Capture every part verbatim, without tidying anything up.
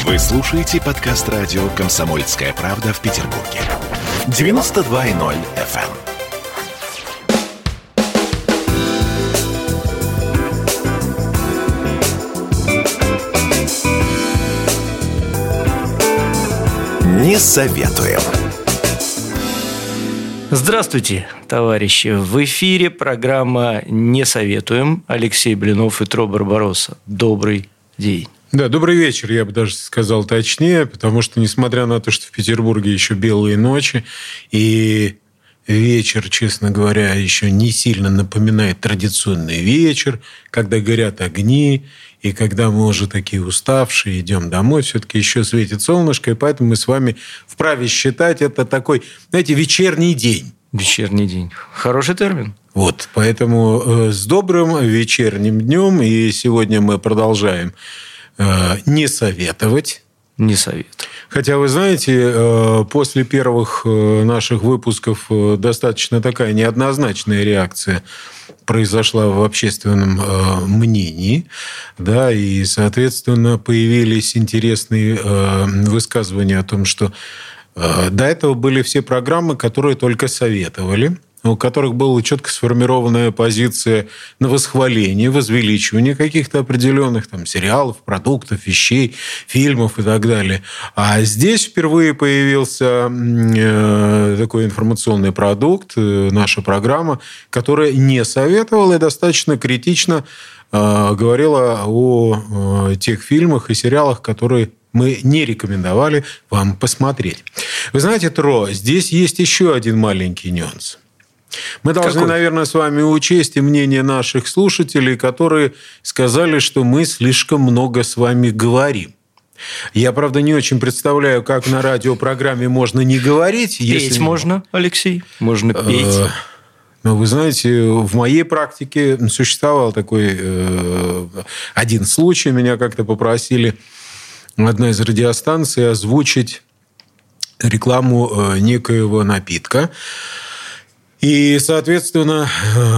Вы слушаете подкаст радио «Комсомольская правда» в Петербурге. девяносто два и ноль эф эм. Не советуем. Здравствуйте, товарищи. В эфире программа «Не советуем». Алексей Блинов и Тро Барбаросса. Добрый день. Да, добрый вечер, я бы даже сказал точнее, потому что, несмотря на то, что в Петербурге еще белые ночи, и вечер, честно говоря, еще не сильно напоминает традиционный вечер, когда горят огни, и когда мы уже такие уставшие идем домой, все-таки еще светит солнышко, и поэтому мы с вами вправе считать это такой, знаете, вечерний день. Вечерний день. Хороший термин. Вот, поэтому э, с добрым вечерним днем, и сегодня мы продолжаем э, не советовать. Не советую. Хотя, вы знаете, после первых наших выпусков достаточно такая неоднозначная реакция произошла в общественном мнении, да, и, соответственно, появились интересные высказывания о том, что до этого были все программы, которые только советовали, у которых была четко сформированная позиция на восхваление, возвеличивание каких-то определенных там сериалов, продуктов, вещей, фильмов и так далее. А здесь впервые появился такой информационный продукт, наша программа, которая не советовала и достаточно критично говорила о тех фильмах и сериалах, которые мы не рекомендовали вам посмотреть. Вы знаете, Тро, здесь есть еще один маленький нюанс. Мы должны, Какой? наверное, с вами учесть и мнение наших слушателей, которые сказали, что мы слишком много с вами говорим. Я, правда, не очень представляю, как на радиопрограмме можно не говорить. Петь если... можно, Алексей? Можно петь. Но вы знаете, в моей практике существовал такой один случай. Меня как-то попросили одна из радиостанций озвучить рекламу некоего напитка. И, соответственно,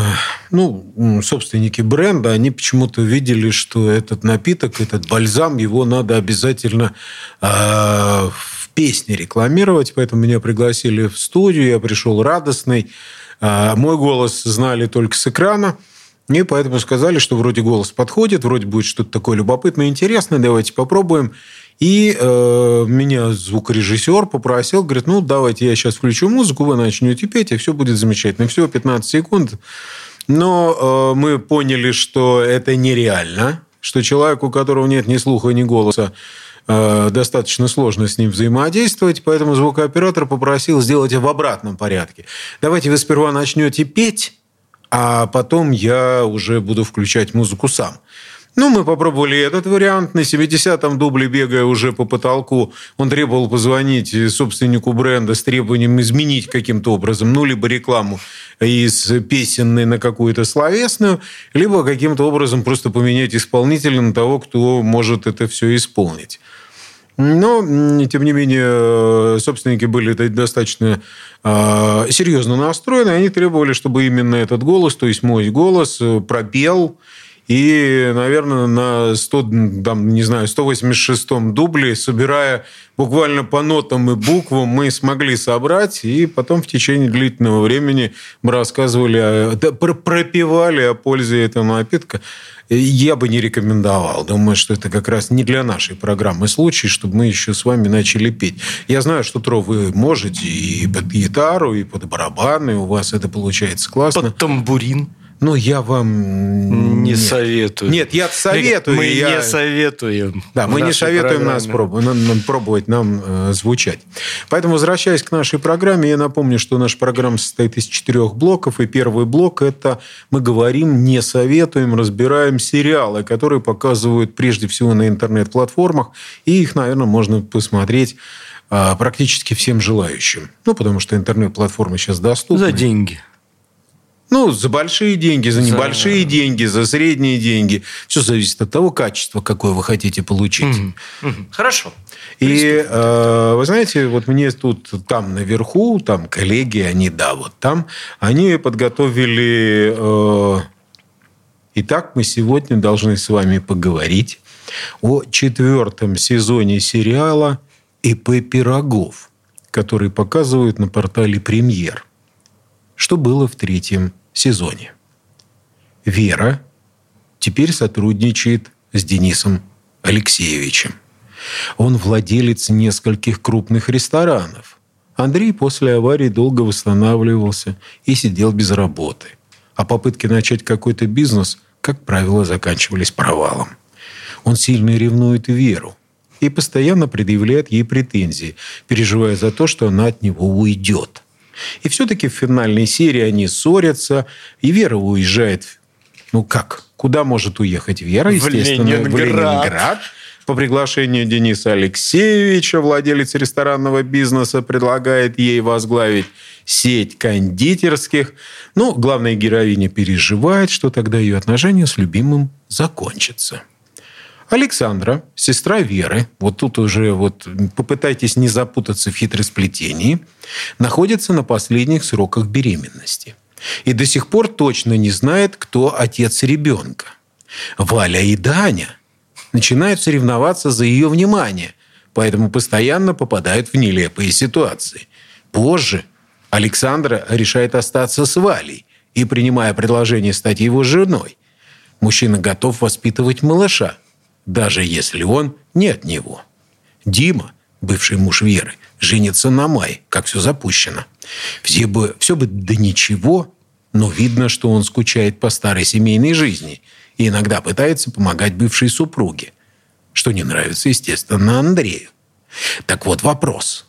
ну, собственники бренда, они почему-то видели, что этот напиток, этот бальзам, его надо обязательно э, в песне рекламировать. Поэтому меня пригласили в студию, я пришел радостный. Э, мой голос знали только с экрана. И поэтому сказали, что вроде голос подходит, вроде будет что-то такое любопытное, интересное, давайте попробуем. И э, меня звукорежиссер попросил, говорит, ну, давайте я сейчас включу музыку, вы начнете петь, и все будет замечательно. Всего пятнадцать секунд. Но э, мы поняли, что это нереально, что человеку, у которого нет ни слуха, ни голоса, э, достаточно сложно с ним взаимодействовать, поэтому звукооператор попросил сделать в обратном порядке. Давайте вы сперва начнете петь, а потом я уже буду включать музыку сам. Ну, мы попробовали этот вариант. На семидесятом дубле, бегая уже по потолку, он требовал позвонить собственнику бренда с требованием изменить каким-то образом, ну, либо рекламу из песенной на какую-то словесную, либо каким-то образом просто поменять исполнителя на того, кто может это все исполнить. Но, тем не менее, собственники были достаточно э, серьезно настроены. Они требовали, чтобы именно этот голос, то есть мой голос, пропел. И, наверное, на сто, там, не знаю, сто восемьдесят шестом дубле, собирая буквально по нотам и буквам, мы смогли собрать. И потом в течение длительного времени мы рассказывали, да, пропевали о пользе этого напитка. Я бы не рекомендовал. Думаю, что это как раз не для нашей программы случай, чтобы мы еще с вами начали петь. Я знаю, что, Тро, вы можете и под гитару, и под барабаны. У вас это получается классно. Под тамбурин. Ну, я вам... Не Нет. советую. Нет, я советую. Мы я... не советуем. Да, мы не советуем нас проб... нам, пробовать нам э, звучать. Поэтому, возвращаясь к нашей программе, я напомню, что наша программа состоит из четырех блоков. И первый блок – это мы говорим, не советуем, разбираем сериалы, которые показывают прежде всего на интернет-платформах. И их, наверное, можно посмотреть э, практически всем желающим. Ну, потому что интернет-платформы сейчас доступны. За деньги. Ну, за большие деньги, за небольшие за... деньги, за средние деньги. Все зависит от того качества, какое вы хотите получить. Угу. Угу. Хорошо. И э, вы знаете, вот мне тут там наверху, там коллеги, они, да, вот там, они подготовили... Э... Итак, мы сегодня должны с вами поговорить о четвертом сезоне сериала «ИП Пирогов», который показывают на портале «Премьер». Что было в третьем сезоне? Вера теперь сотрудничает с Денисом Алексеевичем. Он владелец нескольких крупных ресторанов. Андрей после аварии долго восстанавливался и сидел без работы. А попытки начать какой-то бизнес, как правило, заканчивались провалом. Он сильно ревнует Веру и постоянно предъявляет ей претензии, переживая за то, что она от него уйдет. И все-таки в финальной серии они ссорятся, и Вера уезжает. Ну как? Куда может уехать Вера? Естественно, в Ленинград. В Ленинград. По приглашению Дениса Алексеевича, владелец ресторанного бизнеса, предлагает ей возглавить сеть кондитерских. Но главная героиня переживает, что тогда ее отношения с любимым закончатся. Александра, сестра Веры, вот тут уже вот попытайтесь не запутаться в хитросплетении, находится на последних сроках беременности. И до сих пор точно не знает, кто отец ребенка. Валя и Даня начинают соревноваться за ее внимание, поэтому постоянно попадают в нелепые ситуации. Позже Александра решает остаться с Валей и, принимая предложение стать его женой, мужчина готов воспитывать малыша, даже если он не от него. Дима, бывший муж Веры, женится на Мае, как все запущено. Все бы, все бы до ничего, но видно, что он скучает по старой семейной жизни и иногда пытается помогать бывшей супруге, что не нравится, естественно, Андрею. Так вот вопрос.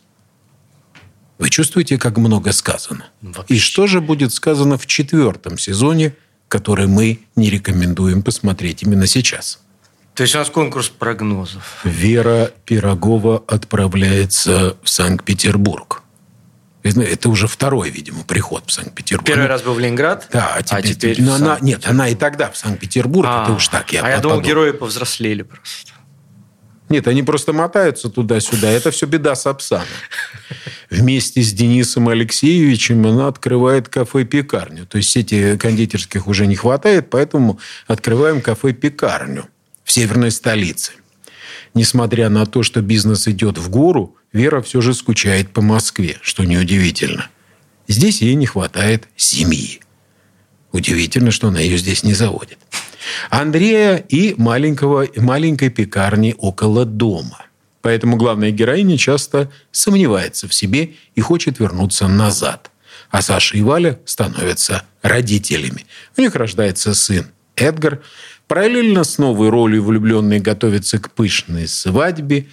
Вы чувствуете, как много сказано? Вообще. И что же будет сказано в четвертом сезоне, который мы не рекомендуем посмотреть именно сейчас? То есть у нас конкурс прогнозов. Вера Пирогова отправляется в Санкт-Петербург. Это уже второй, видимо, приход в Санкт-Петербург. Первый раз был в Ленинград, да, а теперь... А теперь но она, нет, она и тогда в Санкт-Петербург. А, это уж так я А я подумал. думал, герои повзрослели просто. Нет, они просто мотаются туда-сюда. Это все беда с Апсаной. Вместе с Денисом Алексеевичем она открывает кафе-пекарню. То есть сети кондитерских уже не хватает, поэтому открываем кафе-пекарню в северной столице. Несмотря на то, что бизнес идет в гору, Вера все же скучает по Москве, что неудивительно. Здесь ей не хватает семьи. Удивительно, что она ее здесь не заводит. Андрея и маленького, маленькой пекарни около дома. Поэтому главная героиня часто сомневается в себе и хочет вернуться назад. А Саша и Валя становятся родителями. У них рождается сын Эдгар. Параллельно с новой ролью влюбленные готовятся к пышной свадьбе,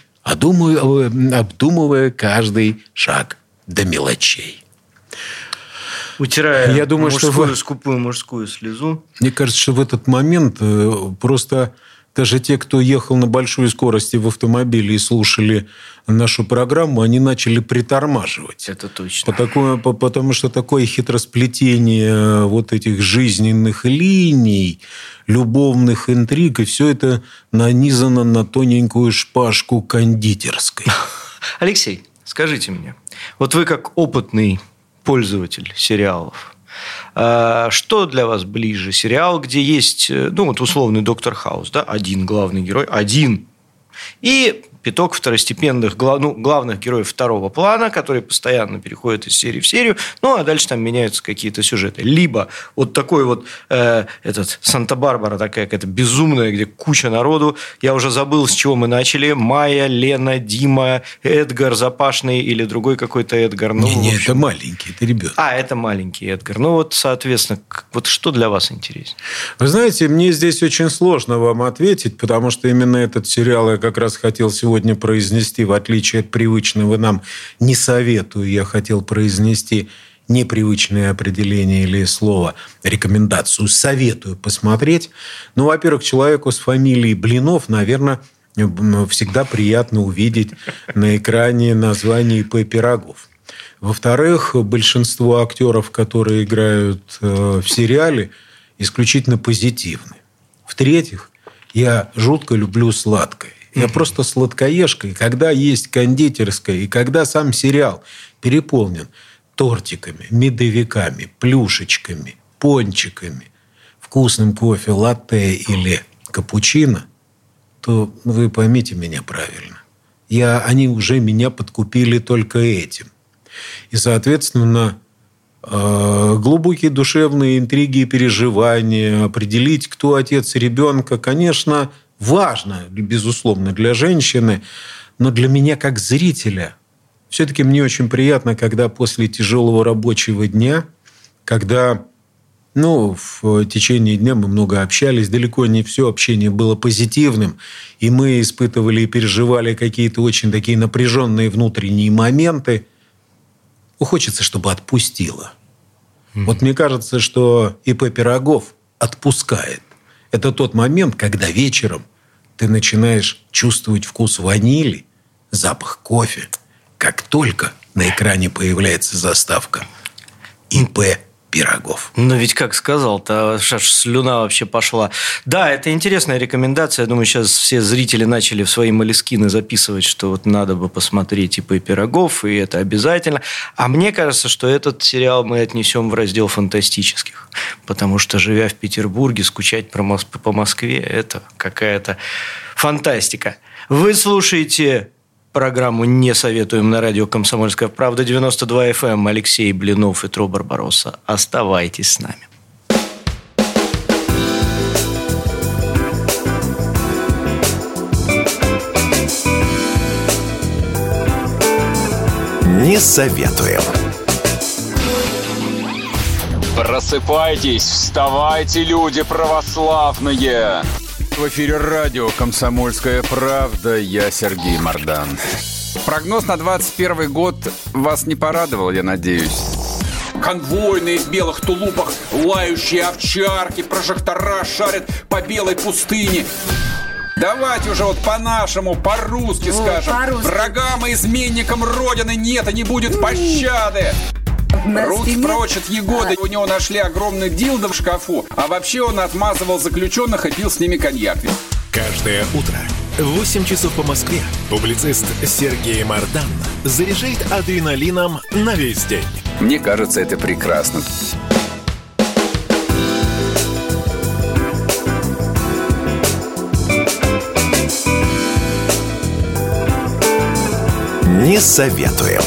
обдумывая каждый шаг до мелочей. Утирая Я думаю, мужскую, что в... скупую мужскую слезу. Мне кажется, что в этот момент просто даже те, кто ехал на большой скорости в автомобиле и слушали нашу программу, они начали притормаживать. Это точно. Потому, потому что такое хитросплетение вот этих жизненных линий, любовных интриг, и все это нанизано на тоненькую шпажку кондитерской. Алексей, скажите мне, вот вы как опытный пользователь сериалов, что для вас ближе? Сериал, где есть, ну, вот условный Доктор Хаус, да, один главный герой, один, и пяток второстепенных, ну, главных героев второго плана, которые постоянно переходят из серии в серию, ну, а дальше там меняются какие-то сюжеты. Либо вот такой вот э, этот Санта-Барбара такая какая-то безумная, где куча народу. Я уже забыл, с чего мы начали. Майя, Лена, Дима, Эдгар Запашный или другой какой-то Эдгар. Ну, не, не, это маленький, это ребенок. А, это маленький Эдгар. Ну, вот, соответственно, вот что для вас интереснее? Вы знаете, мне здесь очень сложно вам ответить, потому что именно этот сериал я как раз хотел сегодня сегодня произнести, в отличие от привычного нам «не советую», я хотел произнести непривычное определение или слово, рекомендацию «советую» посмотреть. Ну, во-первых, человеку с фамилией Блинов, наверное, всегда приятно увидеть на экране название ИП Пирогов. Во-вторых, большинство актеров, которые играют в сериале, исключительно позитивны. В-третьих, я жутко люблю сладкое. Я просто сладкоежка. И когда есть кондитерская, и когда сам сериал переполнен тортиками, медовиками, плюшечками, пончиками, вкусным кофе, латте или капучино, то вы поймите меня правильно. Я, они уже меня подкупили только этим. И, соответственно, глубокие душевные интриги и переживания, определить, кто отец ребенка, конечно, важно, безусловно, для женщины, но для меня как зрителя все-таки мне очень приятно, когда после тяжелого рабочего дня, когда, ну, в течение дня мы много общались, далеко не все общение было позитивным, и мы испытывали и переживали какие-то очень такие напряженные внутренние моменты, хочется, чтобы отпустило. Mm-hmm. Вот мне кажется, что ИП Пирогов отпускает. Это тот момент, когда вечером ты начинаешь чувствовать вкус ванили, запах кофе, как только на экране появляется заставка ИП Пирогов. Ну, ведь как сказал-то, аж слюна вообще пошла. Да, это интересная рекомендация. Я думаю, сейчас все зрители начали в свои молескины записывать, что вот надо бы посмотреть ИП Пирогов, и это обязательно. А мне кажется, что этот сериал мы отнесем в раздел фантастических. Потому что, живя в Петербурге, скучать по Москве – это какая-то фантастика. Вы слушаете программу «Не советуем» на радио «Комсомольская правда», девяносто два эф эм. Алексей Блинов и Тро Барбаросса. Оставайтесь с нами. Не советуем. Просыпайтесь, вставайте, люди православные! В эфире радио «Комсомольская правда». Я Сергей Мордан. Прогноз на двадцать первый год вас не порадовал, я надеюсь. Конвойные в белых тулупах, лающие овчарки, прожектора шарят по белой пустыне. Давайте уже вот по-нашему, по-русски вот, скажем. По-русски. Врагам и изменникам Родины нет и не будет пощады. Руки прочь от Егоды. У него нашли огромный дилдо в шкафу. А вообще он отмазывал заключенных и пил с ними коньяк. Каждое утро в восемь часов по Москве публицист Сергей Мордан заряжает адреналином на весь день. Мне кажется, это прекрасно. Не советуем.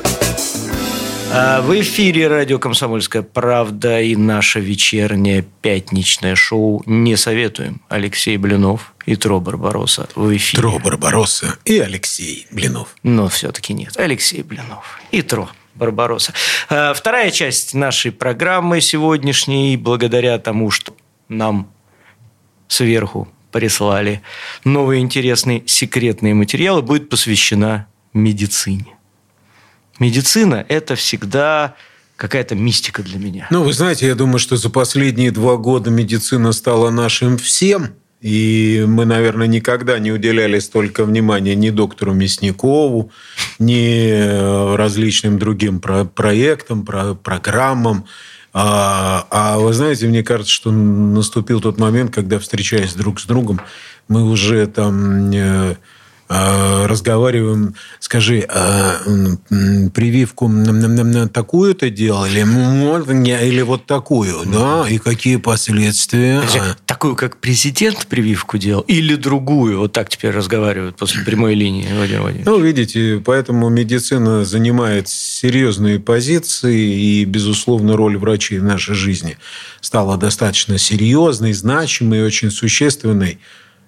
В эфире радио «Комсомольская правда» и наше вечернее пятничное шоу «Не советуем». Алексей Блинов и Тро Барбаросса в эфире. Тро Барбаросса и Алексей Блинов. Но все-таки нет. Алексей Блинов и Тро Барбаросса. Вторая часть нашей программы сегодняшней, благодаря тому, что нам сверху прислали новые интересные секретные материалы, будет посвящена медицине. Медицина – это всегда какая-то мистика для меня. Ну, вы знаете, я думаю, что за последние два года медицина стала нашим всем. И мы, наверное, никогда не уделяли столько внимания ни доктору Мясникову, ни различным другим проектам, программам. А, а вы знаете, мне кажется, что наступил тот момент, когда, встречаясь друг с другом, мы уже там... разговариваем, скажи, а прививку такую-то делали, или вот такую, да, и какие последствия? Такую, как президент прививку делал, или другую? Вот так теперь разговаривают после прямой линии, Владимир Владимирович. Ну, видите, поэтому медицина занимает серьезные позиции, и, безусловно, роль врачей в нашей жизни стала достаточно серьезной, значимой и очень существенной.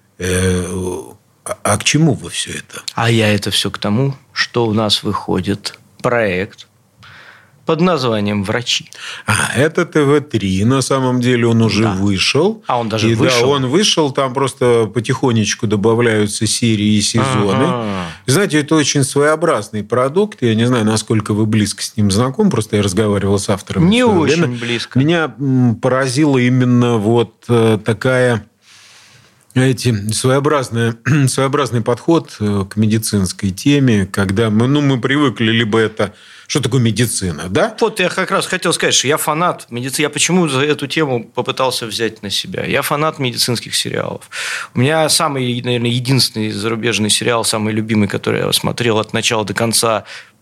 А к чему вы все это? А я это все к тому, что у нас выходит проект под названием «Врачи». А, это тэ вэ три. На самом деле он уже да. вышел. А он даже и вышел? Да, он вышел. Там просто потихонечку добавляются серии и сезоны. А-а-а. Знаете, это очень своеобразный продукт. Я не знаю, насколько вы близко с ним знакомы. Просто я разговаривал с автором. Не очень время. близко. Меня поразила именно вот такая... Знаете, своеобразный, своеобразный подход к медицинской теме, когда мы, ну, мы привыкли, либо это... Что такое медицина, да? Вот я как раз хотел сказать, что я фанат медицины. Я почему за эту тему попытался взять на себя? Я фанат медицинских сериалов. У меня самый, наверное, единственный зарубежный сериал, самый любимый, который я смотрел от начала до конца,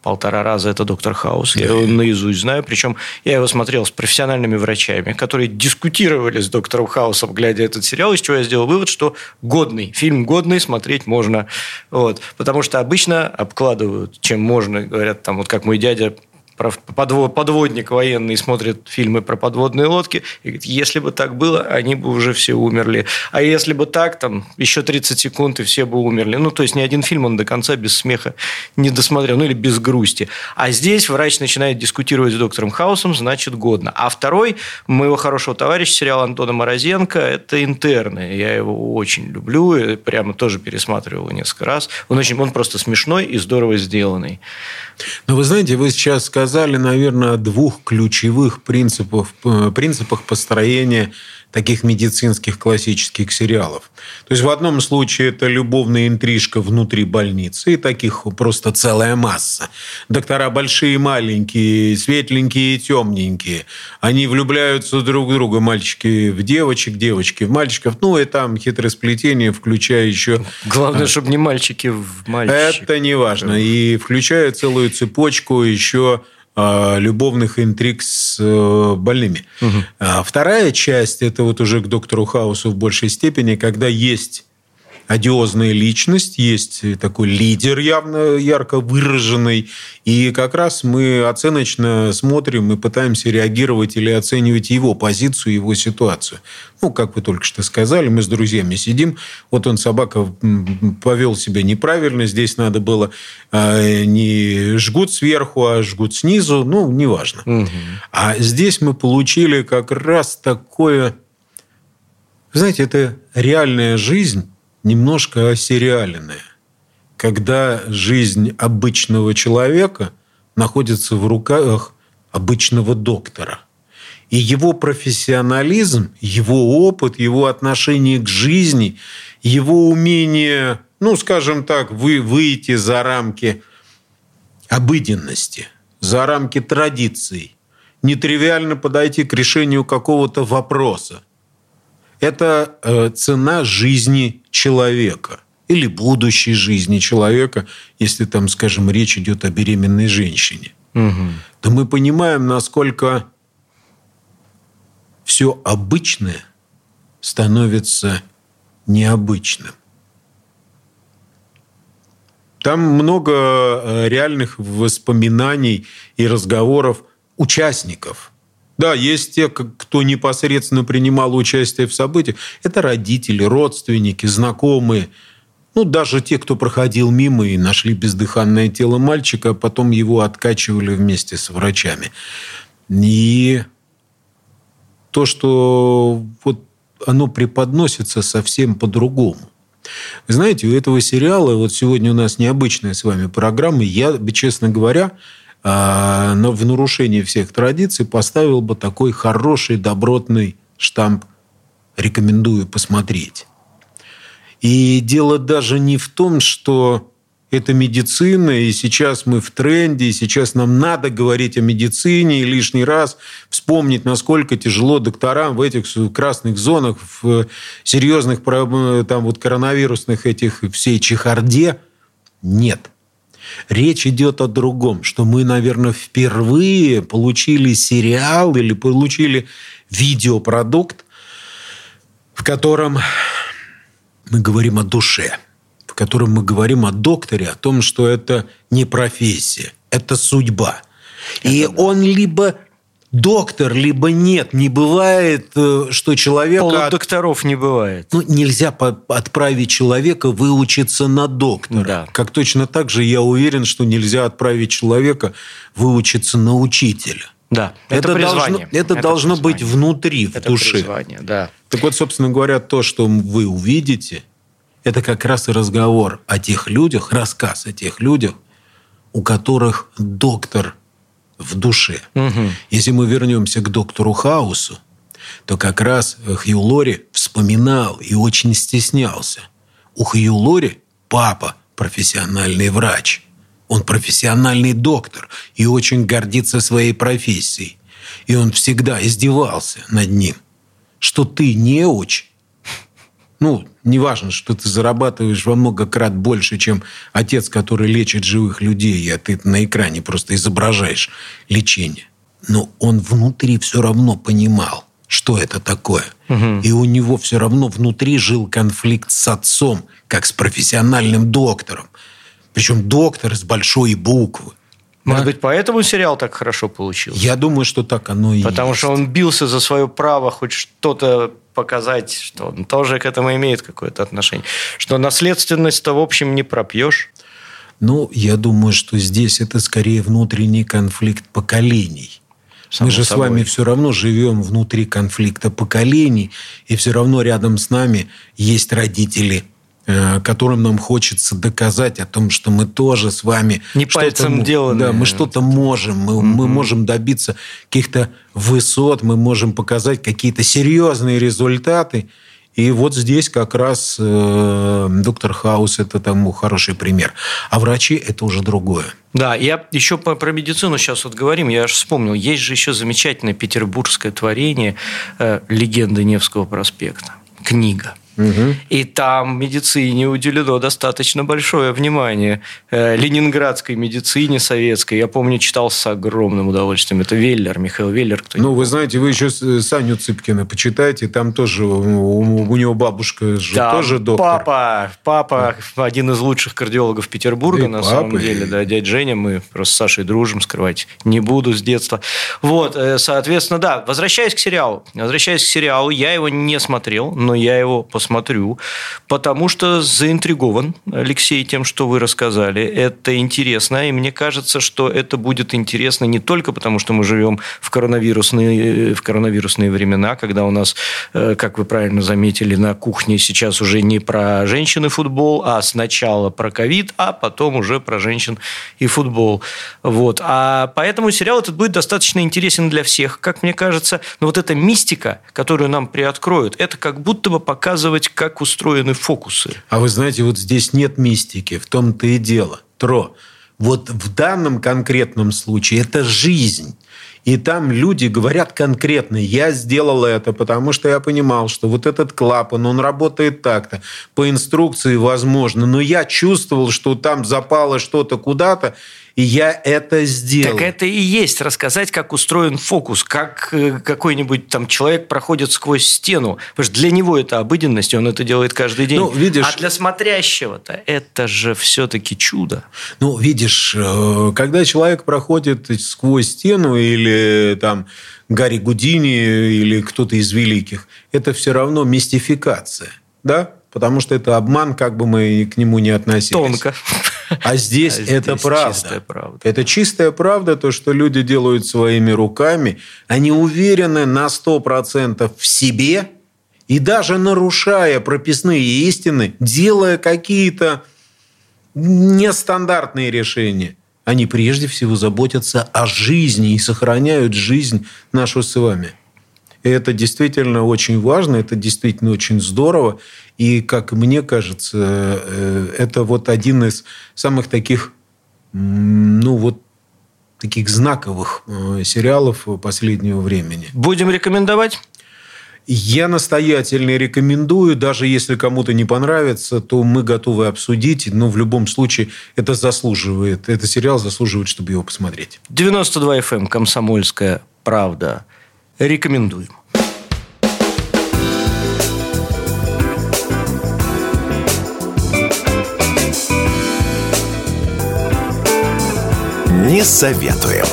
полтора раза, это «Доктор Хаус». Я его наизусть знаю. Причем я его смотрел с профессиональными врачами, которые дискутировали с «Доктором Хаусом», глядя этот сериал, из чего я сделал вывод, что годный. Фильм годный, смотреть можно. Вот. Потому что обычно обкладывают, чем можно. Говорят, там, вот как мой дядя, подводник военный, смотрит фильмы про подводные лодки и говорит, если бы так было, они бы уже все умерли. А если бы так, там, еще тридцать секунд, и все бы умерли. Ну, то есть, ни один фильм он до конца без смеха не досмотрел, ну, или без грусти. А здесь врач начинает дискутировать с «Доктором Хаусом», значит, годно. А второй, моего хорошего товарища, сериал Антона Морозенко, это «Интерны». Я его очень люблю, и прямо тоже пересматривал его несколько раз. Он, очень, он просто смешной и здорово сделанный. Но вы знаете, вы сейчас сказали, наверное, о двух ключевых принципах, принципах построения таких медицинских классических сериалов. То есть, в одном случае это любовная интрижка внутри больницы, и таких просто целая масса. Доктора большие и маленькие, светленькие и темненькие. Они влюбляются друг в друга, мальчики в девочек, девочки в мальчиков. Ну, и там хитросплетение, включая еще... Главное, чтобы не мальчики в мальчиков. Это не важно. И включая целую цепочку еще любовных интриг с больными. Угу. А вторая часть, это вот уже к «Доктору Хаусу» в большей степени, когда есть одиозная личность, есть такой лидер явно ярко выраженный, и как раз мы оценочно смотрим и пытаемся реагировать или оценивать его позицию, его ситуацию. Ну, как вы только что сказали, мы с друзьями сидим, вот он, собака, повел себя неправильно, здесь надо было не жгут сверху, а жгут снизу, ну, неважно. Угу. А здесь мы получили как раз такое... Знаете, это реальная жизнь, немножко осериаленная, когда жизнь обычного человека находится в руках обычного доктора. И его профессионализм, его опыт, его отношение к жизни, его умение, ну, скажем так, вы, выйти за рамки обыденности, за рамки традиций, нетривиально подойти к решению какого-то вопроса. Это э, цена жизни человека или будущей жизни человека, если там, скажем, речь идет о беременной женщине. Угу. То мы понимаем, насколько все обычное становится необычным. Там много реальных воспоминаний и разговоров участников. Да, есть те, кто непосредственно принимал участие в событиях. Это родители, родственники, знакомые. Ну, даже те, кто проходил мимо и нашли бездыханное тело мальчика, а потом его откачивали вместе с врачами. И то, что вот оно преподносится совсем по-другому. Вы знаете, у этого сериала, вот сегодня у нас необычная с вами программа, я, честно говоря, но в нарушении всех традиций поставил бы такой хороший, добротный штамп «Рекомендую посмотреть». И дело даже не в том, что это медицина, и сейчас мы в тренде, и сейчас нам надо говорить о медицине, и лишний раз вспомнить, насколько тяжело докторам в этих красных зонах, в серьезных там, вот, коронавирусных этих всей чехарде. Нет. Речь идет о другом, что мы, наверное, впервые получили сериал или получили видеопродукт, в котором мы говорим о душе, в котором мы говорим о докторе, о том, что это не профессия, это судьба. Это И да. он либо доктор, либо нет. Не бывает, что человека... Полудокторов не бывает. Ну, нельзя отправить человека выучиться на доктора. Да. Как точно так же я уверен, что нельзя отправить человека выучиться на учителя. Да, это, это должно, это это должно быть внутри, в это душе. Призвание, да. Так вот, собственно говоря, то, что вы увидите, это как раз и разговор о тех людях, рассказ о тех людях, у которых доктор в душе. Угу. Если мы вернемся к доктору Хаусу, то как раз Хью Лори вспоминал и очень стеснялся. У Хью Лори папа профессиональный врач. Он профессиональный доктор и очень гордится своей профессией. И он всегда издевался над ним, что ты неуч. Ну, неважно, что ты зарабатываешь во много крат больше, чем отец, который лечит живых людей, а ты на экране просто изображаешь лечение. Но он внутри все равно понимал, что это такое. Угу. И у него все равно внутри жил конфликт с отцом, как с профессиональным доктором. Причем доктор с большой буквы. Может да? быть, поэтому сериал так хорошо получился? Я думаю, что так оно и Потому есть. что он бился за свое право хоть что-то показать, что он тоже к этому имеет какое-то отношение. Что наследственность-то, в общем, не пропьешь. Ну, я думаю, что здесь это скорее внутренний конфликт поколений. Само Мы же собой. С вами все равно живем внутри конфликта поколений, и все равно рядом с нами есть родители, которым нам хочется доказать о том, что мы тоже с вами... Не пальцем деланные. Да, мы что-то можем. Мы, mm-hmm. мы можем добиться каких-то высот, мы можем показать какие-то серьезные результаты. И вот здесь как раз э, доктор Хаус – это тому хороший пример. А врачи – это уже другое. Да, я еще про, про медицину сейчас вот говорим. Я аж вспомнил. Есть же еще замечательное петербургское творение э, «Легенды Невского проспекта». Книга. Угу. И там медицине уделено достаточно большое внимание. Ленинградской медицине советской. Я помню, читал с огромным удовольствием. Это Веллер, Михаил Веллер. Ну, вы знаете, вы еще Саню Цыпкина почитайте. Там тоже у, у него бабушка же там тоже доктор. Папа, папа да. один из лучших кардиологов Петербурга, и на папа, самом деле. И... Да, дядя Женя, мы просто с Сашей дружим, скрывать не буду с детства. Вот, соответственно, да. Возвращаясь к сериалу. Возвращаясь к сериалу, я его не смотрел, но я его посмотрел. Смотрю, потому что заинтригован, Алексей, тем, что вы рассказали. Это интересно, и мне кажется, что это будет интересно не только потому, что мы живем в коронавирусные, в коронавирусные времена, когда у нас, как вы правильно заметили, на кухне сейчас уже не про женщин и футбол, а сначала про ковид, а потом уже про женщин и футбол. Вот. А поэтому сериал этот будет достаточно интересен для всех, как мне кажется. Но вот эта мистика, которую нам приоткроют, это как будто бы показывает, как устроены фокусы. А вы знаете, вот здесь нет мистики, в том-то и дело. Тро, вот в данном конкретном случае это жизнь. И там люди говорят конкретно: я сделал это, потому что я понимал, что вот этот клапан, он работает так-то, по инструкции возможно, но я чувствовал, что там запало что-то куда-то, и я это сделал. Так это и есть рассказать, как устроен фокус, как какой-нибудь там человек проходит сквозь стену. Потому что для него это обыденность, и он это делает каждый день. Ну, видишь, а для смотрящего-то это же все-таки чудо. Ну, видишь, когда человек проходит сквозь стену, или там Гарри Гудини, или кто-то из великих, это все равно мистификация, да? Потому что это обман, как бы мы к нему не относились. Тонко. А здесь, а здесь это правда. Чистая правда. Это чистая правда, то, что люди делают своими руками. Они уверены на сто процентов в себе, и даже нарушая прописные истины, делая какие-то нестандартные решения, они прежде всего заботятся о жизни и сохраняют жизнь нашу с вами. И это действительно очень важно, это действительно очень здорово. И, как мне кажется, это вот один из самых таких, ну, вот таких знаковых сериалов последнего времени. Будем рекомендовать? Я настоятельно рекомендую. Даже если кому-то не понравится, то мы готовы обсудить. Но в любом случае это заслуживает. Этот сериал заслуживает, чтобы его посмотреть. девяносто два эф эм, «Комсомольская правда». Рекомендуем. Не советуем.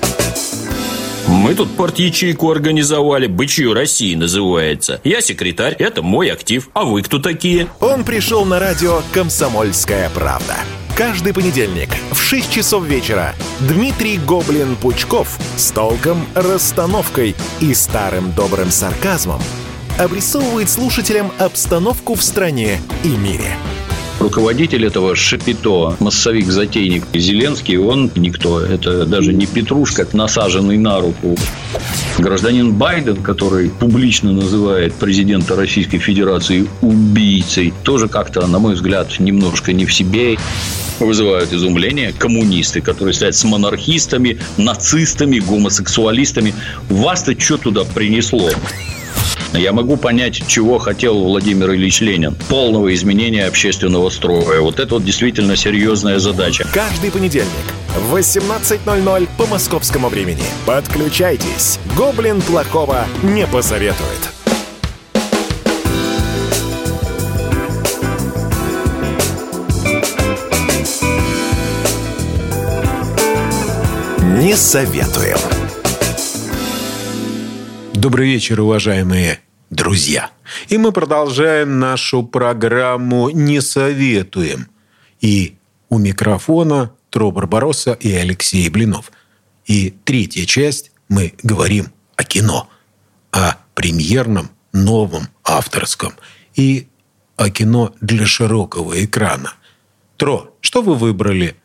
Мы тут порт-ячейку организовали, «Бычье России» называется. Я секретарь, это мой актив. А вы кто такие? Он пришел на радио «Комсомольская правда». Каждый понедельник в шесть часов вечера Дмитрий Гоблин-Пучков с толком, расстановкой и старым добрым сарказмом обрисовывает слушателям обстановку в стране и мире. Руководитель этого шапито, массовик-затейник Зеленский, он никто. Это даже не петрушка, насаженный на руку. Гражданин Байден, который публично называет президента Российской Федерации убийцей, тоже как-то, на мой взгляд, немножко не в себе. Вызывают изумление коммунисты, которые стоят с монархистами, нацистами, гомосексуалистами. Вас-то что туда принесло? понятно. Я могу понять, чего хотел Владимир Ильич Ленин. Полного изменения общественного строя. Вот это вот действительно серьезная задача. Каждый понедельник в восемнадцать ноль ноль по московскому времени. Подключайтесь. Гоблин плохого не посоветует. Не советуем. Добрый вечер, уважаемые друзья. И мы продолжаем нашу программу «Не советуем». И у микрофона Тро Барбаросса и Алексей Блинов. И третья часть мы говорим о кино. О премьерном, новом, авторском. И о кино для широкого экрана. Тро, что вы выбрали?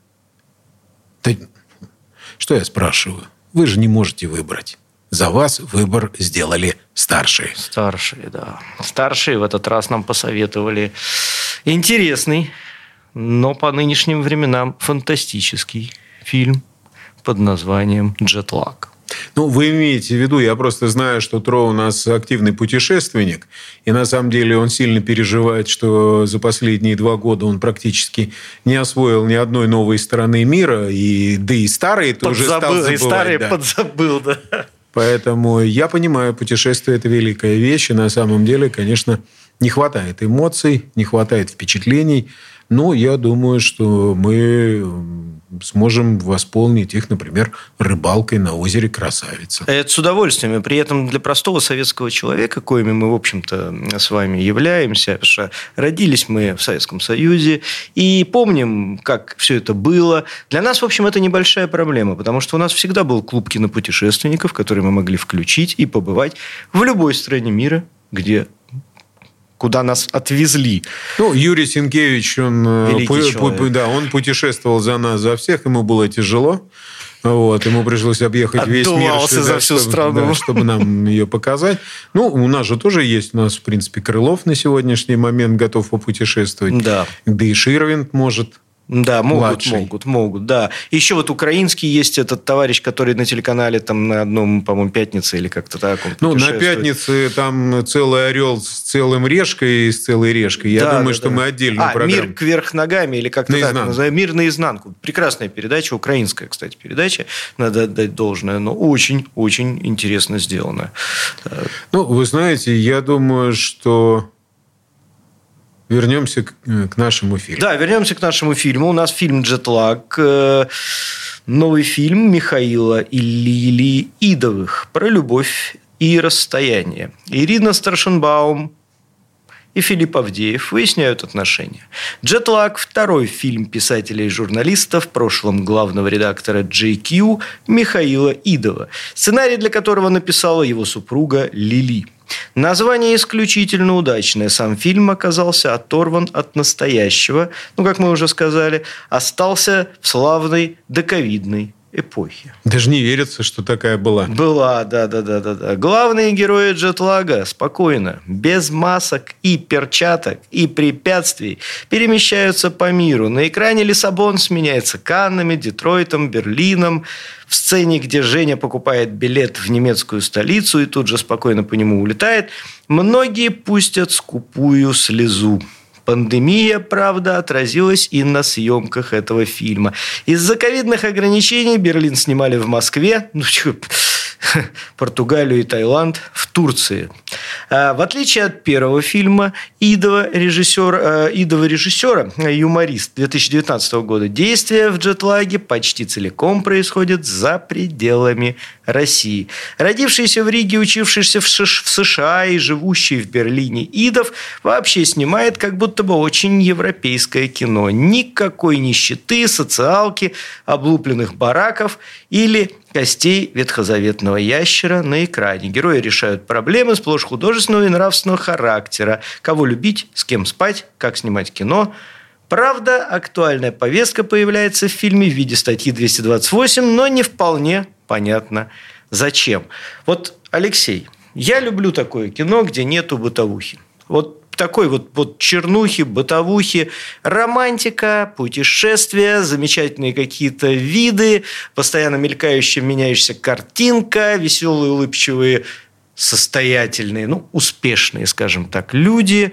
Да, что я спрашиваю? Вы же не можете выбрать. За вас выбор сделали старшие. Старшие, да. Старшие в этот раз нам посоветовали интересный, но по нынешним временам фантастический фильм под названием «Джетлаг». Ну, вы имеете в виду, я просто знаю, что Тро у нас активный путешественник, и на самом деле он сильно переживает, что за последние два года он практически не освоил ни одной новой страны мира, и, да и старые тоже стал забывать. И старые да. подзабыл, да. Поэтому я понимаю, путешествие – это великая вещь, и на самом деле, конечно, не хватает эмоций, не хватает впечатлений, но я думаю, что мы сможем восполнить их, например, рыбалкой на озере Красавица. Это с удовольствием. И при этом для простого советского человека, коими мы, в общем-то, с вами являемся, потому что родились мы в Советском Союзе и помним, как все это было. Для нас, в общем, это небольшая проблема, потому что у нас всегда был клуб кинопутешественников, который мы могли включить и побывать в любой стране мира, где... куда нас отвезли. Ну, Юрий Сенкевич, он, Великий пу- да, он путешествовал за нас, за всех, ему было тяжело. Вот, ему пришлось объехать весь мир, за да, всю чтобы, страну. Да, чтобы нам ее показать. Ну, у нас же тоже есть, у нас, в принципе, Крылов на сегодняшний момент готов попутешествовать. Да. Да и Ширвинд может. Да, могут, Младший. могут, могут, да. Еще вот украинский есть этот товарищ, который на телеканале там на одном, по-моему, «Пятнице» или как-то так. Он ну, на «Пятнице» там целый орел с целым решкой и с целой решкой. Я да, думаю, да, что да. мы отдельную а, программу. «Мир кверх ногами» или как-то Наизнанку. так называем. «Мир наизнанку». Прекрасная передача, украинская, кстати, передача. Надо отдать должное, но очень-очень интересно сделана. Ну, вы знаете, я думаю, что... Вернемся к, к нашему фильму. Да, вернемся к нашему фильму. У нас фильм «Джетлаг». Новый фильм Михаила и Лилии Идовых про любовь и расстояние. Ирина Старшенбаум и Филипп Авдеев выясняют отношения. «Джетлаг» – второй фильм писателя и журналиста, в прошлом главного редактора джей кью Михаила Идова, сценарий для которого написала его супруга Лили. Название исключительно удачное. Сам фильм оказался оторван от настоящего, ну, как мы уже сказали, остался в славной доковидной эпохе. Даже не верится, что такая была. Была, да, да, да, да, да. Главные герои «Джетлага» спокойно, без масок и перчаток и препятствий перемещаются по миру. На экране Лиссабон сменяется Каннами, Детройтом, Берлином. В сцене, где Женя покупает билет в немецкую столицу и тут же спокойно по нему улетает, многие пустят скупую слезу. Пандемия, правда, отразилась и на съемках этого фильма. Из-за ковидных ограничений Берлин снимали в Москве, ну, чё, Португалию и Таиланд в Турции. В отличие от первого фильма Идова, режиссера, Идова режиссера, юморист две тысячи девятнадцатого года, действие в «Джетлаге» почти целиком происходит за пределами России. Родившийся в Риге, учившийся в США и живущий в Берлине Идов вообще снимает как будто бы очень европейское кино. Никакой нищеты, социалки, облупленных бараков или костей ветхозаветного ящера на экране. Герои решают проблемы сплошь художественного и нравственного характера. Кого любить, с кем спать, как снимать кино. Правда, актуальная повестка появляется в фильме в виде статьи двести двадцать восемь, но не вполне понятно, зачем. Вот, Алексей, я люблю такое кино, где нету бытовухи. Вот такой вот, вот чернухи, бытовухи, романтика, путешествия, замечательные какие-то виды, постоянно мелькающая, меняющаяся картинка, веселые, улыбчивые состоятельные, ну, успешные, скажем так, люди,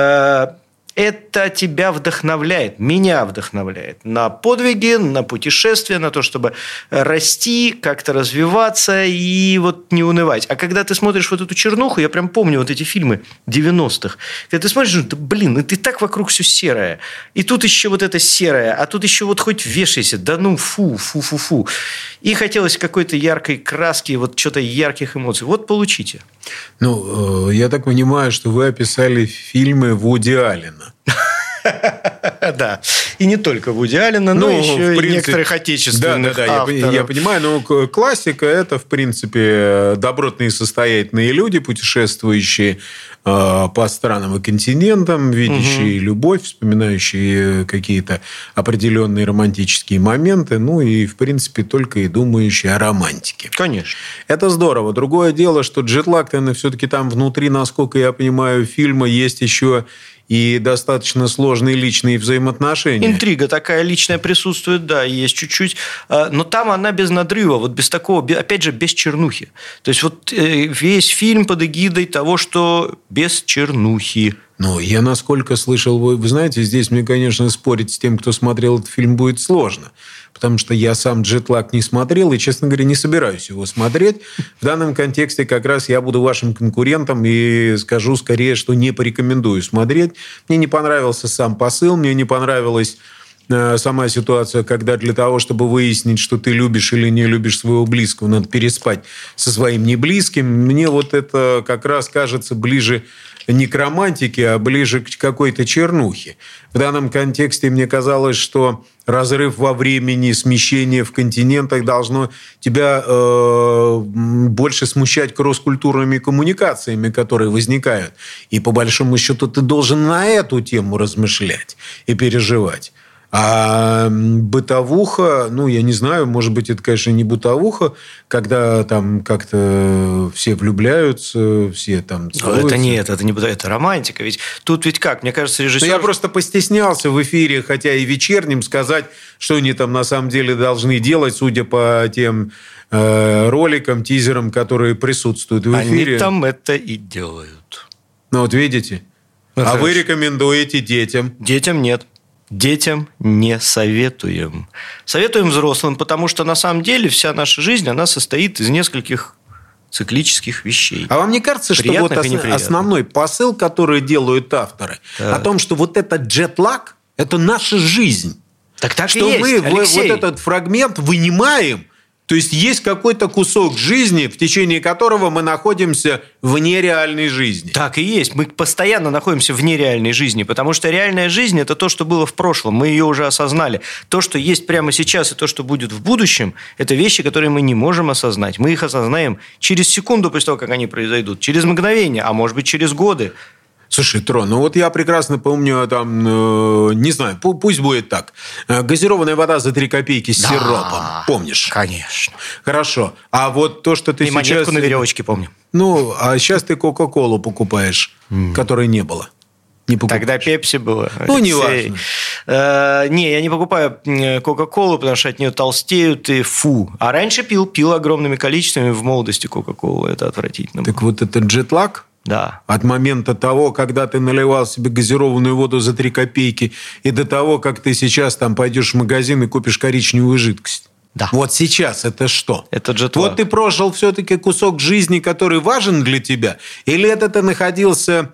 это тебя вдохновляет, меня вдохновляет на подвиги, на путешествия, на то, чтобы расти, как-то развиваться и вот не унывать. А когда ты смотришь вот эту чернуху, я прям помню вот эти фильмы девяностых, когда ты смотришь, да, блин, это и так вокруг все серое. И тут еще вот это серое, а тут еще вот хоть вешайся, да ну фу, фу, фу, фу. И хотелось какой-то яркой краски, вот что-то ярких эмоций. Вот получите. Ну, я так понимаю, что вы описали фильмы Вуди Аллена. Да. И не только Вуди Аллена, но ну, еще принципе, и некоторых отечественных да, да, да, авторов. Я, я понимаю, но классика – это, в принципе, добротные состоятельные люди, путешествующие э, по странам и континентам, видящие угу. любовь, вспоминающие какие-то определенные романтические моменты, ну и, в принципе, только и думающие о романтике. Конечно. Это здорово. Другое дело, что джетлаг-то все-таки там внутри, насколько я понимаю, фильма есть еще и достаточно сложные личные взаимоотношения. Интрига такая личная присутствует, да, есть чуть-чуть. Но там она без надрыва, вот без такого, опять же, без чернухи. То есть, вот весь фильм под эгидой того, что без чернухи. Ну, я насколько слышал, вы, вы знаете, здесь мне, конечно, спорить с тем, кто смотрел этот фильм, будет сложно. Потому что я сам «Джетлаг» не смотрел и, честно говоря, не собираюсь его смотреть. В данном контексте как раз я буду вашим конкурентом и скажу скорее, что не порекомендую смотреть. Мне не понравился сам посыл, мне не понравилась сама ситуация, когда для того, чтобы выяснить, что ты любишь или не любишь своего близкого, надо переспать со своим неблизким. Мне вот это как раз кажется ближе не к романтике, а ближе к какой-то чернухе. В данном контексте мне казалось, что разрыв во времени, смещение в континентах должно тебя э, больше смущать кросс-культурными коммуникациями, которые возникают. И по большому счету ты должен на эту тему размышлять и переживать. А бытовуха, ну, я не знаю, может быть, это, конечно, не бытовуха, когда там как-то все влюбляются, все там целуются. Это нет, это не бытовуха, это романтика. Ведь тут ведь как, мне кажется, режиссер... Но я просто постеснялся в эфире, хотя и вечернем, сказать, что они там на самом деле должны делать, судя по тем э, роликам, тизерам, которые присутствуют в эфире. Они там это и делают. Ну, вот видите. Ну, а хорошо. Вы рекомендуете детям? Детям нет. Детям не советуем. Советуем взрослым, потому что на самом деле вся наша жизнь, она состоит из нескольких циклических вещей. А вам не кажется, что вот ос- основной посыл, который делают авторы, да. о том, что вот этот джетлаг – это наша жизнь? Так так что и есть, мы Алексей. Вот этот фрагмент вынимаем, то есть есть какой-то кусок жизни, в течение которого мы находимся вне реальной жизни. Так и есть. Мы постоянно находимся вне реальной жизни, потому что реальная жизнь – это то, что было в прошлом. Мы ее уже осознали. То, что есть прямо сейчас, и то, что будет в будущем – это вещи, которые мы не можем осознать. Мы их осознаем через секунду после того, как они произойдут, через мгновение, а может быть, через годы. Слушай, Трон, ну вот я прекрасно помню, там, э, не знаю, пусть будет так. Газированная вода за три копейки с да, сиропом. Помнишь? Конечно. Хорошо. А вот то, что ты И сейчас... И монетку на веревочке помню. Ну, а сейчас ты Кока-Колу покупаешь, mm. которой не было. Не Тогда Пепси было. Ну, не важно. Э, не, я не покупаю Кока-Колу, потому что от нее толстеют и фу. А раньше пил, пил огромными количествами в молодости Кока-Колу. Это отвратительно Так было. вот это джетлаг? Да. От момента того, когда ты наливал себе газированную воду за три копейки, и до того, как ты сейчас там пойдешь в магазин и купишь коричневую жидкость. Да. Вот сейчас это что? Это джетлаг. Вот ты прожил все-таки кусок жизни, который важен для тебя? Или это ты находился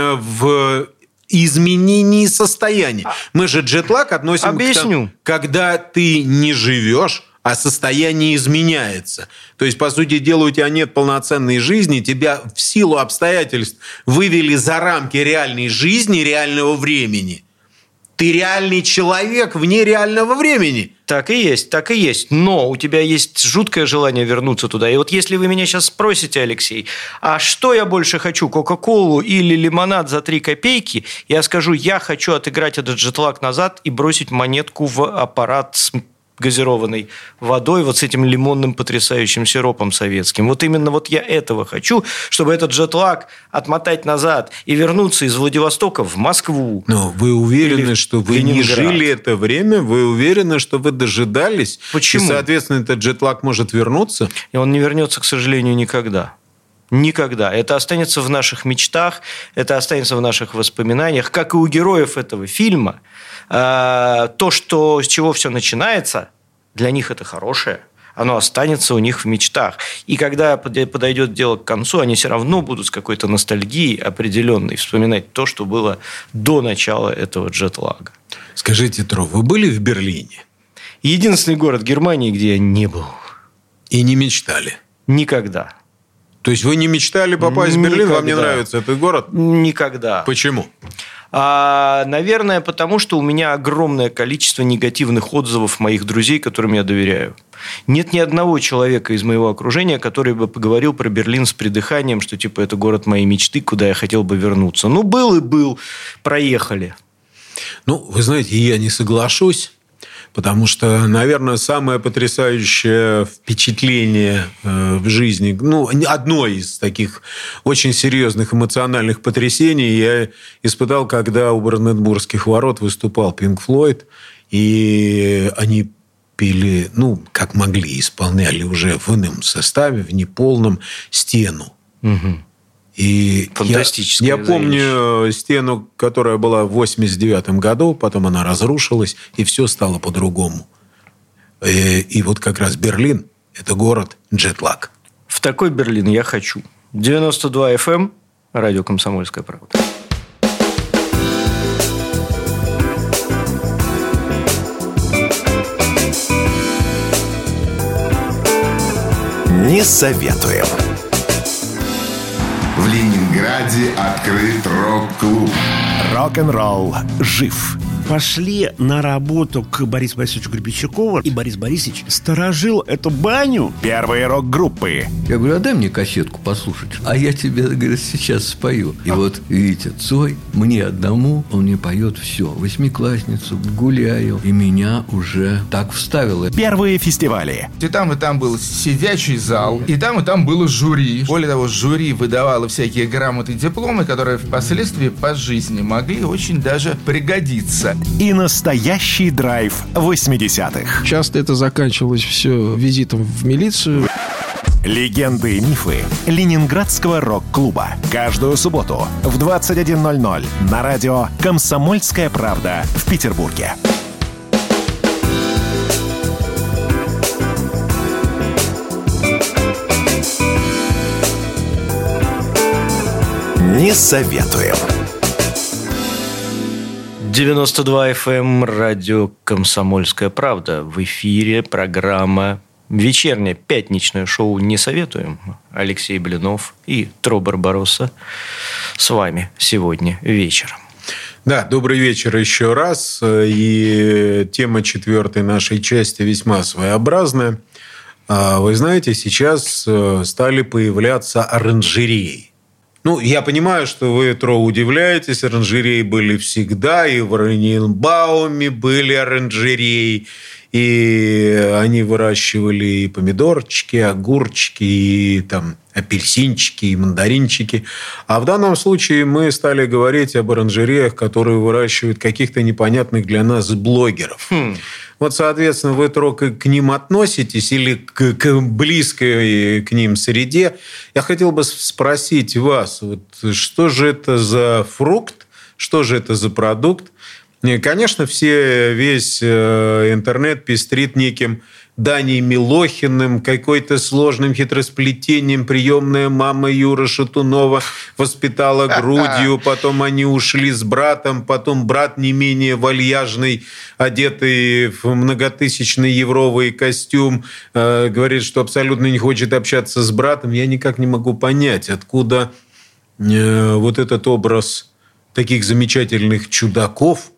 в изменении состояния? Мы же джетлаг относим Объясню. к тому, когда ты не живешь, а состояние изменяется. То есть, по сути дела, у тебя нет полноценной жизни, тебя в силу обстоятельств вывели за рамки реальной жизни, реального времени. Ты реальный человек вне реального времени. Так и есть, так и есть. Но у тебя есть жуткое желание вернуться туда. И вот если вы меня сейчас спросите, Алексей, а что я больше хочу, Кока-Колу или лимонад за три копейки, я скажу, я хочу отыграть этот джетлаг назад и бросить монетку в аппарат с газированной водой, вот с этим лимонным потрясающим сиропом советским. Вот именно вот я этого хочу, чтобы этот джетлаг отмотать назад и вернуться из Владивостока в Москву. Но вы уверены, что вы не жили это время? Вы уверены, что вы дожидались? Почему? И, соответственно, этот джетлаг может вернуться? И он не вернется, к сожалению, никогда. Никогда. Это останется в наших мечтах, это останется в наших воспоминаниях, как и у героев этого фильма. То, что, с чего все начинается, для них это хорошее, оно останется у них в мечтах. И когда подойдет дело к концу, они все равно будут с какой-то ностальгией определенной вспоминать то, что было до начала этого джетлага. Скажите, Тро, вы были в Берлине? Единственный город Германии, где я не был. И не мечтали? Никогда. То есть вы не мечтали попасть Никогда. в Берлин? Вам не нравится этот город? Никогда. Почему? А, наверное, потому что у меня огромное количество негативных отзывов моих друзей, которым я доверяю. Нет ни одного человека из моего окружения, который бы поговорил про Берлин с придыханием, что типа это город моей мечты, куда я хотел бы вернуться. Ну, был и был. Проехали. Ну, вы знаете, я не соглашусь. Потому что, наверное, самое потрясающее впечатление в жизни, ну, одно из таких очень серьезных эмоциональных потрясений я испытал, когда у Бранденбургских ворот выступал Пинк Флойд, и они пели, ну, как могли, исполняли уже в ином составе, в неполном, «Стену». Угу. И Фантастическое я, я помню стену, которая была в восемьдесят девятом году, потом она разрушилась, и все стало по-другому. И, и вот как раз Берлин – это город джетлаг. В такой Берлин я хочу. девяносто два эф эм, радио «Комсомольская правда». Не советуем. В Ленинграде открыт рок-клуб. Рок-н-ролл жив. Пошли на работу к Борису Борисовичу Гребенщикову, и Борис Борисович сторожил эту баню. Первые рок-группы. Я говорю, а дай мне кассетку послушать. А я тебе, говорит, сейчас спою. И вот, видите, Цой мне одному, он мне поет все. Восьмиклассницу, гуляю. И меня уже так вставило. Первые фестивали. И там, и там был сидячий зал, и там, и там было жюри. Более того, жюри выдавало всякие грамоты и дипломы, которые впоследствии по жизни могли очень даже пригодиться. И настоящий драйв восьмидесятых. Часто это заканчивалось все визитом в милицию. Легенды и мифы Ленинградского рок-клуба. Каждую субботу в двадцать один ноль ноль на радио «Комсомольская правда» в Петербурге. Не советуем. девяносто два эф эм, радио «Комсомольская правда». В эфире программа вечернее пятничное шоу «Не советуем». Алексей Блинов и Тро Барбаросса с вами сегодня вечером. Да, добрый вечер еще раз. И тема четвертой нашей части весьма своеобразная. Вы знаете, сейчас стали появляться оранжереи. Ну, я понимаю, что вы, Тро, удивляетесь. Оранжереи были всегда. И в Ораниенбауме были оранжереи. И они выращивали и помидорчики, и огурчики, и там, апельсинчики, и мандаринчики. А в данном случае мы стали говорить об оранжереях, которые выращивают каких-то непонятных для нас блогеров. Хм. Вот, соответственно, вы, Тро, к ним относитесь или к, к близкой к ним среде. Я хотел бы спросить вас, вот, что же это за фрукт, что же это за продукт? Конечно, все, весь интернет пестрит неким Даней Милохиным, какой-то сложным хитросплетением. Приемная мама Юра Шатунова воспитала грудью, потом они ушли с братом, потом брат не менее вальяжный, одетый в многотысячный евровый костюм, говорит, что абсолютно не хочет общаться с братом. Я никак не могу понять, откуда вот этот образ таких замечательных чудаков,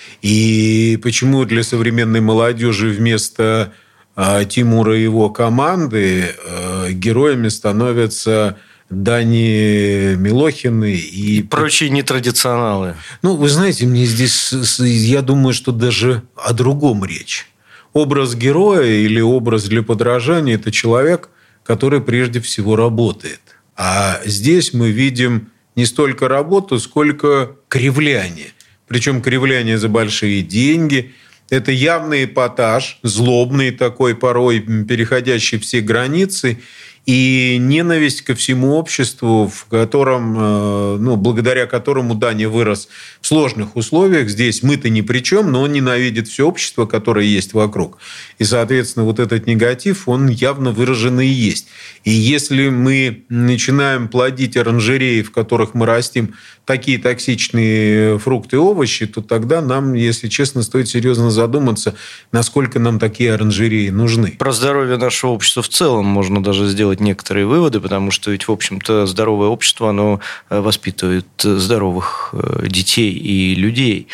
и почему для современной молодежи вместо э, Тимура и его команды э, героями становятся Дани Милохины и... и прочие нетрадиционалы. Ну, вы знаете, мне здесь, я думаю, что даже о другом речь. Образ героя или образ для подражания – это человек, который прежде всего работает. А здесь мы видим не столько работу, сколько кривляние. Причем кривляние за большие деньги. Это явный эпатаж, злобный такой порой, переходящий все границы. и ненависть ко всему обществу, в котором, ну, благодаря которому Даня вырос в сложных условиях. Здесь мы-то ни при чем, но он ненавидит все общество, которое есть вокруг. И, соответственно, вот этот негатив, он явно выраженный и есть. И если мы начинаем плодить оранжереи, в которых мы растим такие токсичные фрукты и овощи, то тогда нам, если честно, стоит серьезно задуматься, насколько нам такие оранжереи нужны. Про здоровье нашего общества в целом можно даже сделать некоторые выводы, потому что ведь, в общем-то, здоровое общество, оно воспитывает здоровых детей и людей.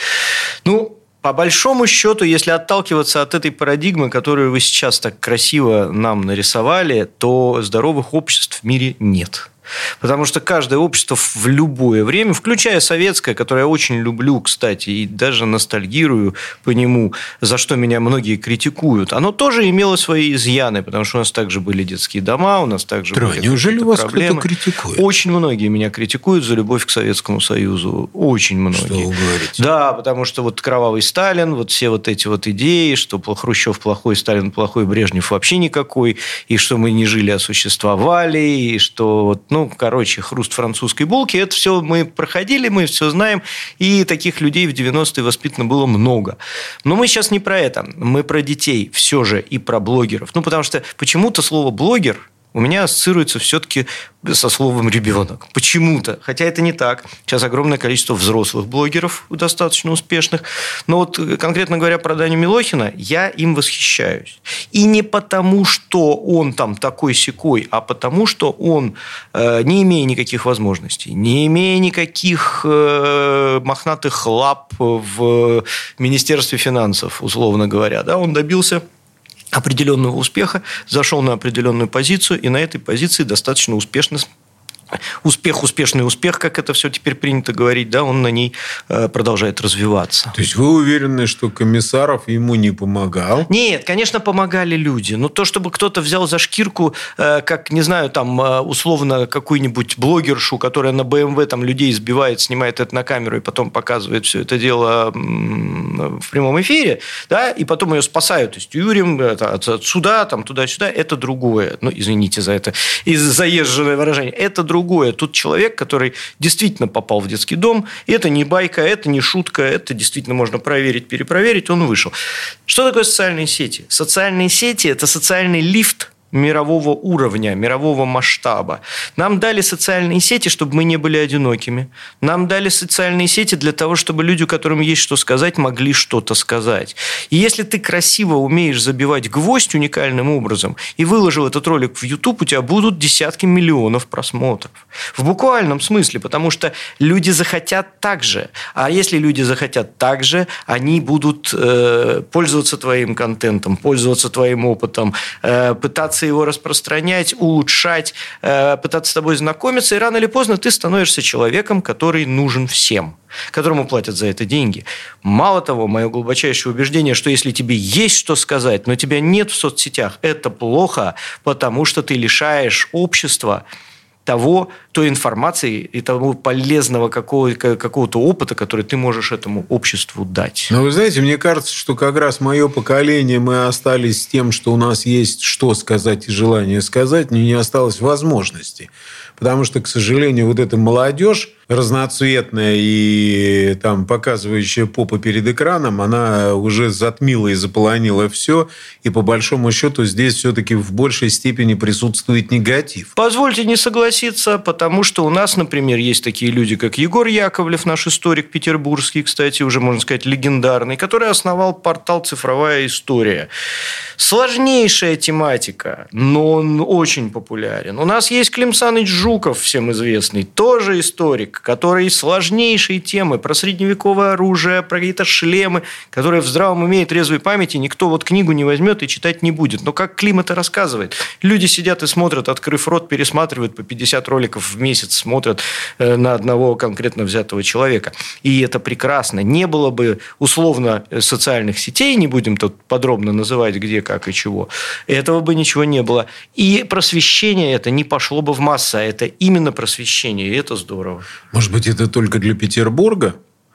Ну, по большому счету, если отталкиваться от этой парадигмы, которую вы сейчас так красиво нам нарисовали, то здоровых обществ в мире нет. Потому что каждое общество в любое время, включая советское, которое я очень люблю, кстати, и даже ностальгирую по нему, за что меня многие критикуют, оно тоже имело свои изъяны, потому что у нас также были детские дома, у нас также Трой, были неужели вас проблемы. кто-то критикует? Очень многие меня критикуют за любовь к Советскому Союзу. Очень многие. Что вы говорите? Да, потому что вот кровавый Сталин, вот все вот эти вот идеи, что Хрущев плохой, Сталин плохой, Брежнев вообще никакой, и что мы не жили, а существовали, и что вот, ну, короче, хруст французской булки, это все мы проходили, мы все знаем, и таких людей в девяностые воспитано было много. Но мы сейчас не про это, мы про детей все же и про блогеров. Ну, потому что почему-то слово «блогер» у меня ассоциируется все-таки со словом «ребенок». Почему-то. Хотя это не так. Сейчас огромное количество взрослых блогеров, достаточно успешных. Но вот конкретно говоря про Даню Милохина, я им восхищаюсь. И не потому, что он там такой-сякой, а потому, что он, не имея никаких возможностей, не имея никаких мохнатых лап в Министерстве финансов, условно говоря, да, он добился определенного успеха, зашел на определенную позицию, и на этой позиции достаточно успешно успех, успешный успех, как это все теперь принято говорить, да, он на ней продолжает развиваться. То есть вы уверены, что Комиссаров ему не помогал? Нет, конечно, помогали люди. Но то, чтобы кто-то взял за шкирку, как, не знаю, там, условно, какую-нибудь блогершу, которая на бэ эм вэ там людей сбивает, снимает это на камеру и потом показывает все это дело в прямом эфире, да, и потом ее спасают, то есть Юрием от суда, там, туда-сюда, это другое. Ну, извините за это, из заезженное выражение. Это другое. Другое. Тут человек, который действительно попал в детский дом, и это не байка, это не шутка, это действительно можно проверить, перепроверить, он вышел. Что такое социальные сети? Социальные сети – это социальный лифт мирового уровня, мирового масштаба. Нам дали социальные сети, чтобы мы не были одинокими. Нам дали социальные сети для того, чтобы люди, которым есть что сказать, могли что-то сказать. И если ты красиво умеешь забивать гвоздь уникальным образом и выложил этот ролик в YouTube, у тебя будут десятки миллионов просмотров. В буквальном смысле, потому что люди захотят так же. А если люди захотят так же, они будут э, пользоваться твоим контентом, пользоваться твоим опытом, э, пытаться его распространять, улучшать, пытаться с тобой знакомиться, и рано или поздно ты становишься человеком, который нужен всем, которому платят за это деньги. Мало того, мое глубочайшее убеждение, что если тебе есть что сказать, но тебя нет в соцсетях, это плохо, потому что ты лишаешь общества того, той информации и того полезного какого- какого-то опыта, который ты можешь этому обществу дать. Но вы знаете, мне кажется, что как раз мое поколение, мы остались с тем, что у нас есть что сказать и желание сказать, но не осталось возможности. Потому что, к сожалению, вот эта молодежь разноцветная и там показывающая попу перед экраном, она уже затмила и заполонила все. И по большому счету здесь все-таки в большей степени присутствует негатив. Позвольте не согласиться, потому что у нас, например, есть такие люди, как Егор Яковлев, наш историк петербургский, кстати, уже, можно сказать, легендарный, который основал портал «Цифровая история». Сложнейшая тематика, но он очень популярен. У нас есть Клим Саныч Жуков, всем известный, тоже историк, который сложнейшие темы про средневековое оружие, про какие-то шлемы, которые в здравом уме и трезвой памяти никто вот книгу не возьмет и читать не будет. Но как Клим это рассказывает? Люди сидят и смотрят, открыв рот, пересматривают по пятьдесят роликов в месяц, смотрят на одного конкретно взятого человека. И это прекрасно. Не было бы условно социальных сетей, не будем тут подробно называть, где, как и чего, этого бы ничего не было. И просвещение это не пошло бы в массы, а это именно просвещение, и это здорово. Может быть, это только для Петербурга?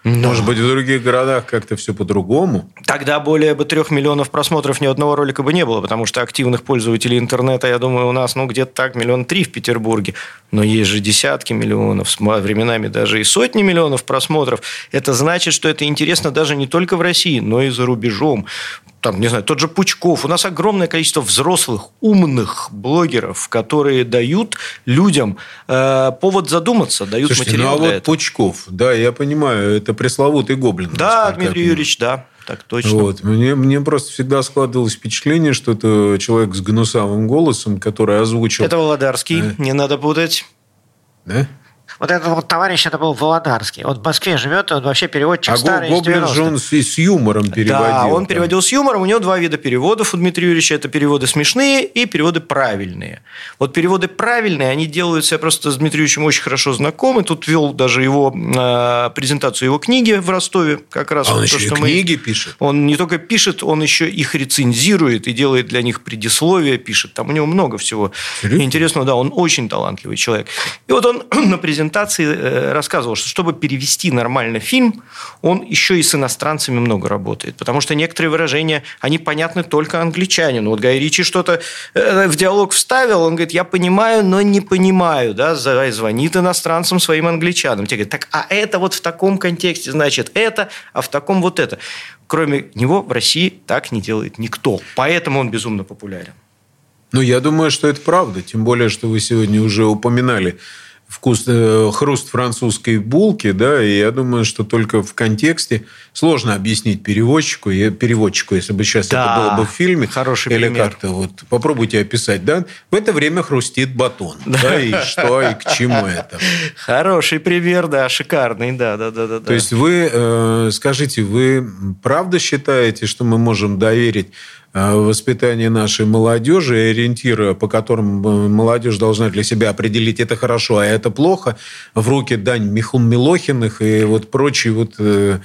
Но. Может быть, в других городах как-то все по-другому? Тогда более бы трех миллионов просмотров ни одного ролика бы не было, потому что активных пользователей интернета, я думаю, у нас ну, где-то так миллион три в Петербурге. Но есть же десятки миллионов, временами даже и сотни миллионов просмотров. Это значит, что это интересно даже не только в России, но и за рубежом. Там, не знаю, тот же Пучков. У нас огромное количество взрослых, умных блогеров, которые дают людям э, повод задуматься, дают Слушайте, материал ну, а для вот этого. Пучков, да, я понимаю, это пресловутый гоблин. Да, Дмитрий Юрьевич, да, так точно. Вот. Мне, мне просто всегда складывалось впечатление, что это человек с гнусавым голосом, который озвучил... Это Володарский, э... не надо путать. Да? Вот этот вот товарищ, это был Володарский. Он в Москве живет, он вообще переводчик а старый. А Гоблин же он с, с юмором переводил. Да, он там. переводил с юмором. У него два вида переводов у Дмитрия Юрьевича. Это переводы смешные и переводы правильные. Вот переводы правильные, они делаются, я просто с Дмитрием Юрьевичем очень хорошо знаком. И тут вел даже его э, презентацию его книги в Ростове. Как раз а вот он то, еще что и мы... книги пишет? Он не только пишет, он еще их рецензирует и делает для них предисловие, пишет. Там у него много всего Серьезно? интересного. Да, он очень талантливый человек. И вот он на презентации рассказывал, что чтобы перевести нормально фильм, он еще и с иностранцами много работает. Потому что некоторые выражения, они понятны только англичанину. Вот Гай Ричи что-то в диалог вставил, он говорит, я понимаю, но не понимаю. Да? Звонит иностранцам своим англичанам. Те говорят, так, а это вот в таком контексте, значит, это, а в таком вот это. Кроме него в России так не делает никто. Поэтому он безумно популярен. Ну, я думаю, что это правда. Тем более, что вы сегодня уже упоминали вкус, э, хруст французской булки, да, и я думаю, что только в контексте сложно объяснить переводчику, я, переводчику, если бы сейчас да, это было бы в фильме, хороший или пример. Как-то вот попробуйте описать, да, в это время хрустит батон, да, да и что, и к чему это. Хороший пример, да, шикарный, да, да, да, да. То есть вы, э, скажите, вы правда считаете, что мы можем доверить воспитание нашей молодежи и ориентиры, по которым молодежь должна для себя определить, это хорошо, а это плохо, в руки Дань Михун Милохиных и вот прочие вот э,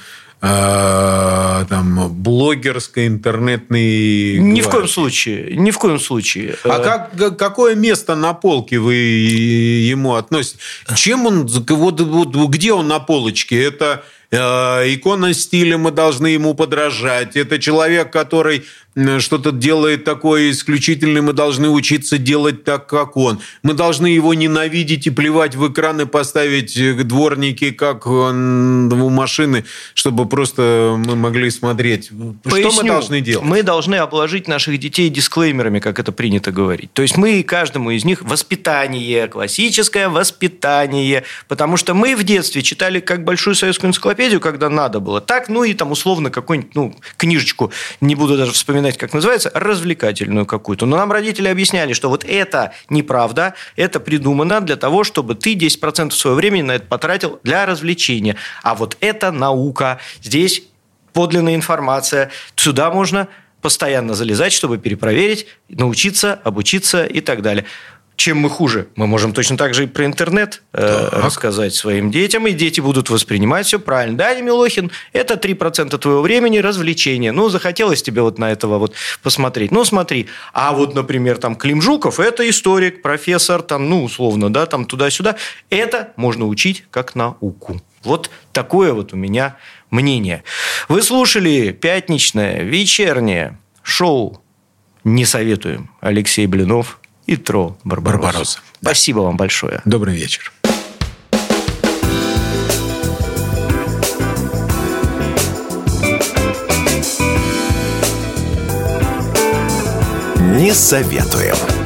э, там блогерской, интернетной... Ни в коем случае, ни в коем случае. А как, какое место на полке вы ему относите? Чем он, вот, вот где он на полочке? Это икона стиля, мы должны ему подражать. Это человек, который что-то делает такое исключительное, мы должны учиться делать так, как он. Мы должны его ненавидеть и плевать в экран и поставить дворники, как он, у машины, чтобы просто мы могли смотреть. Поясню. Что мы должны делать? Мы должны обложить наших детей дисклеймерами, как это принято говорить. То есть мы каждому из них воспитание, классическое воспитание. Потому что мы в детстве читали как большую советскую энциклопедию, когда надо было. Так, ну и там условно какую-нибудь ну, книжечку, не буду даже вспоминать, как называется, развлекательную какую-то. Но нам родители объясняли, что вот это неправда, это придумано для того, чтобы ты десять процентов своего времени на это потратил для развлечения. А вот это наука. Здесь подлинная информация. Сюда можно постоянно залезать, чтобы перепроверить, научиться, обучиться и так далее. Чем мы хуже? Мы можем точно так же и про интернет э, рассказать своим детям, и дети будут воспринимать все правильно. Даня Милохин – это три процента твоего времени развлечения. Ну, захотелось тебе вот на этого вот посмотреть. Ну, смотри. А вот, например, там Клим Жуков – это историк, профессор, там, ну, условно, да, там туда-сюда. Это можно учить как науку. Вот такое вот у меня мнение. Вы слушали пятничное вечернее шоу «Не советуем». Алексей Блинов и Тро Барбаросса. Барбаросса. Спасибо вам большое. Добрый вечер. Не советуем.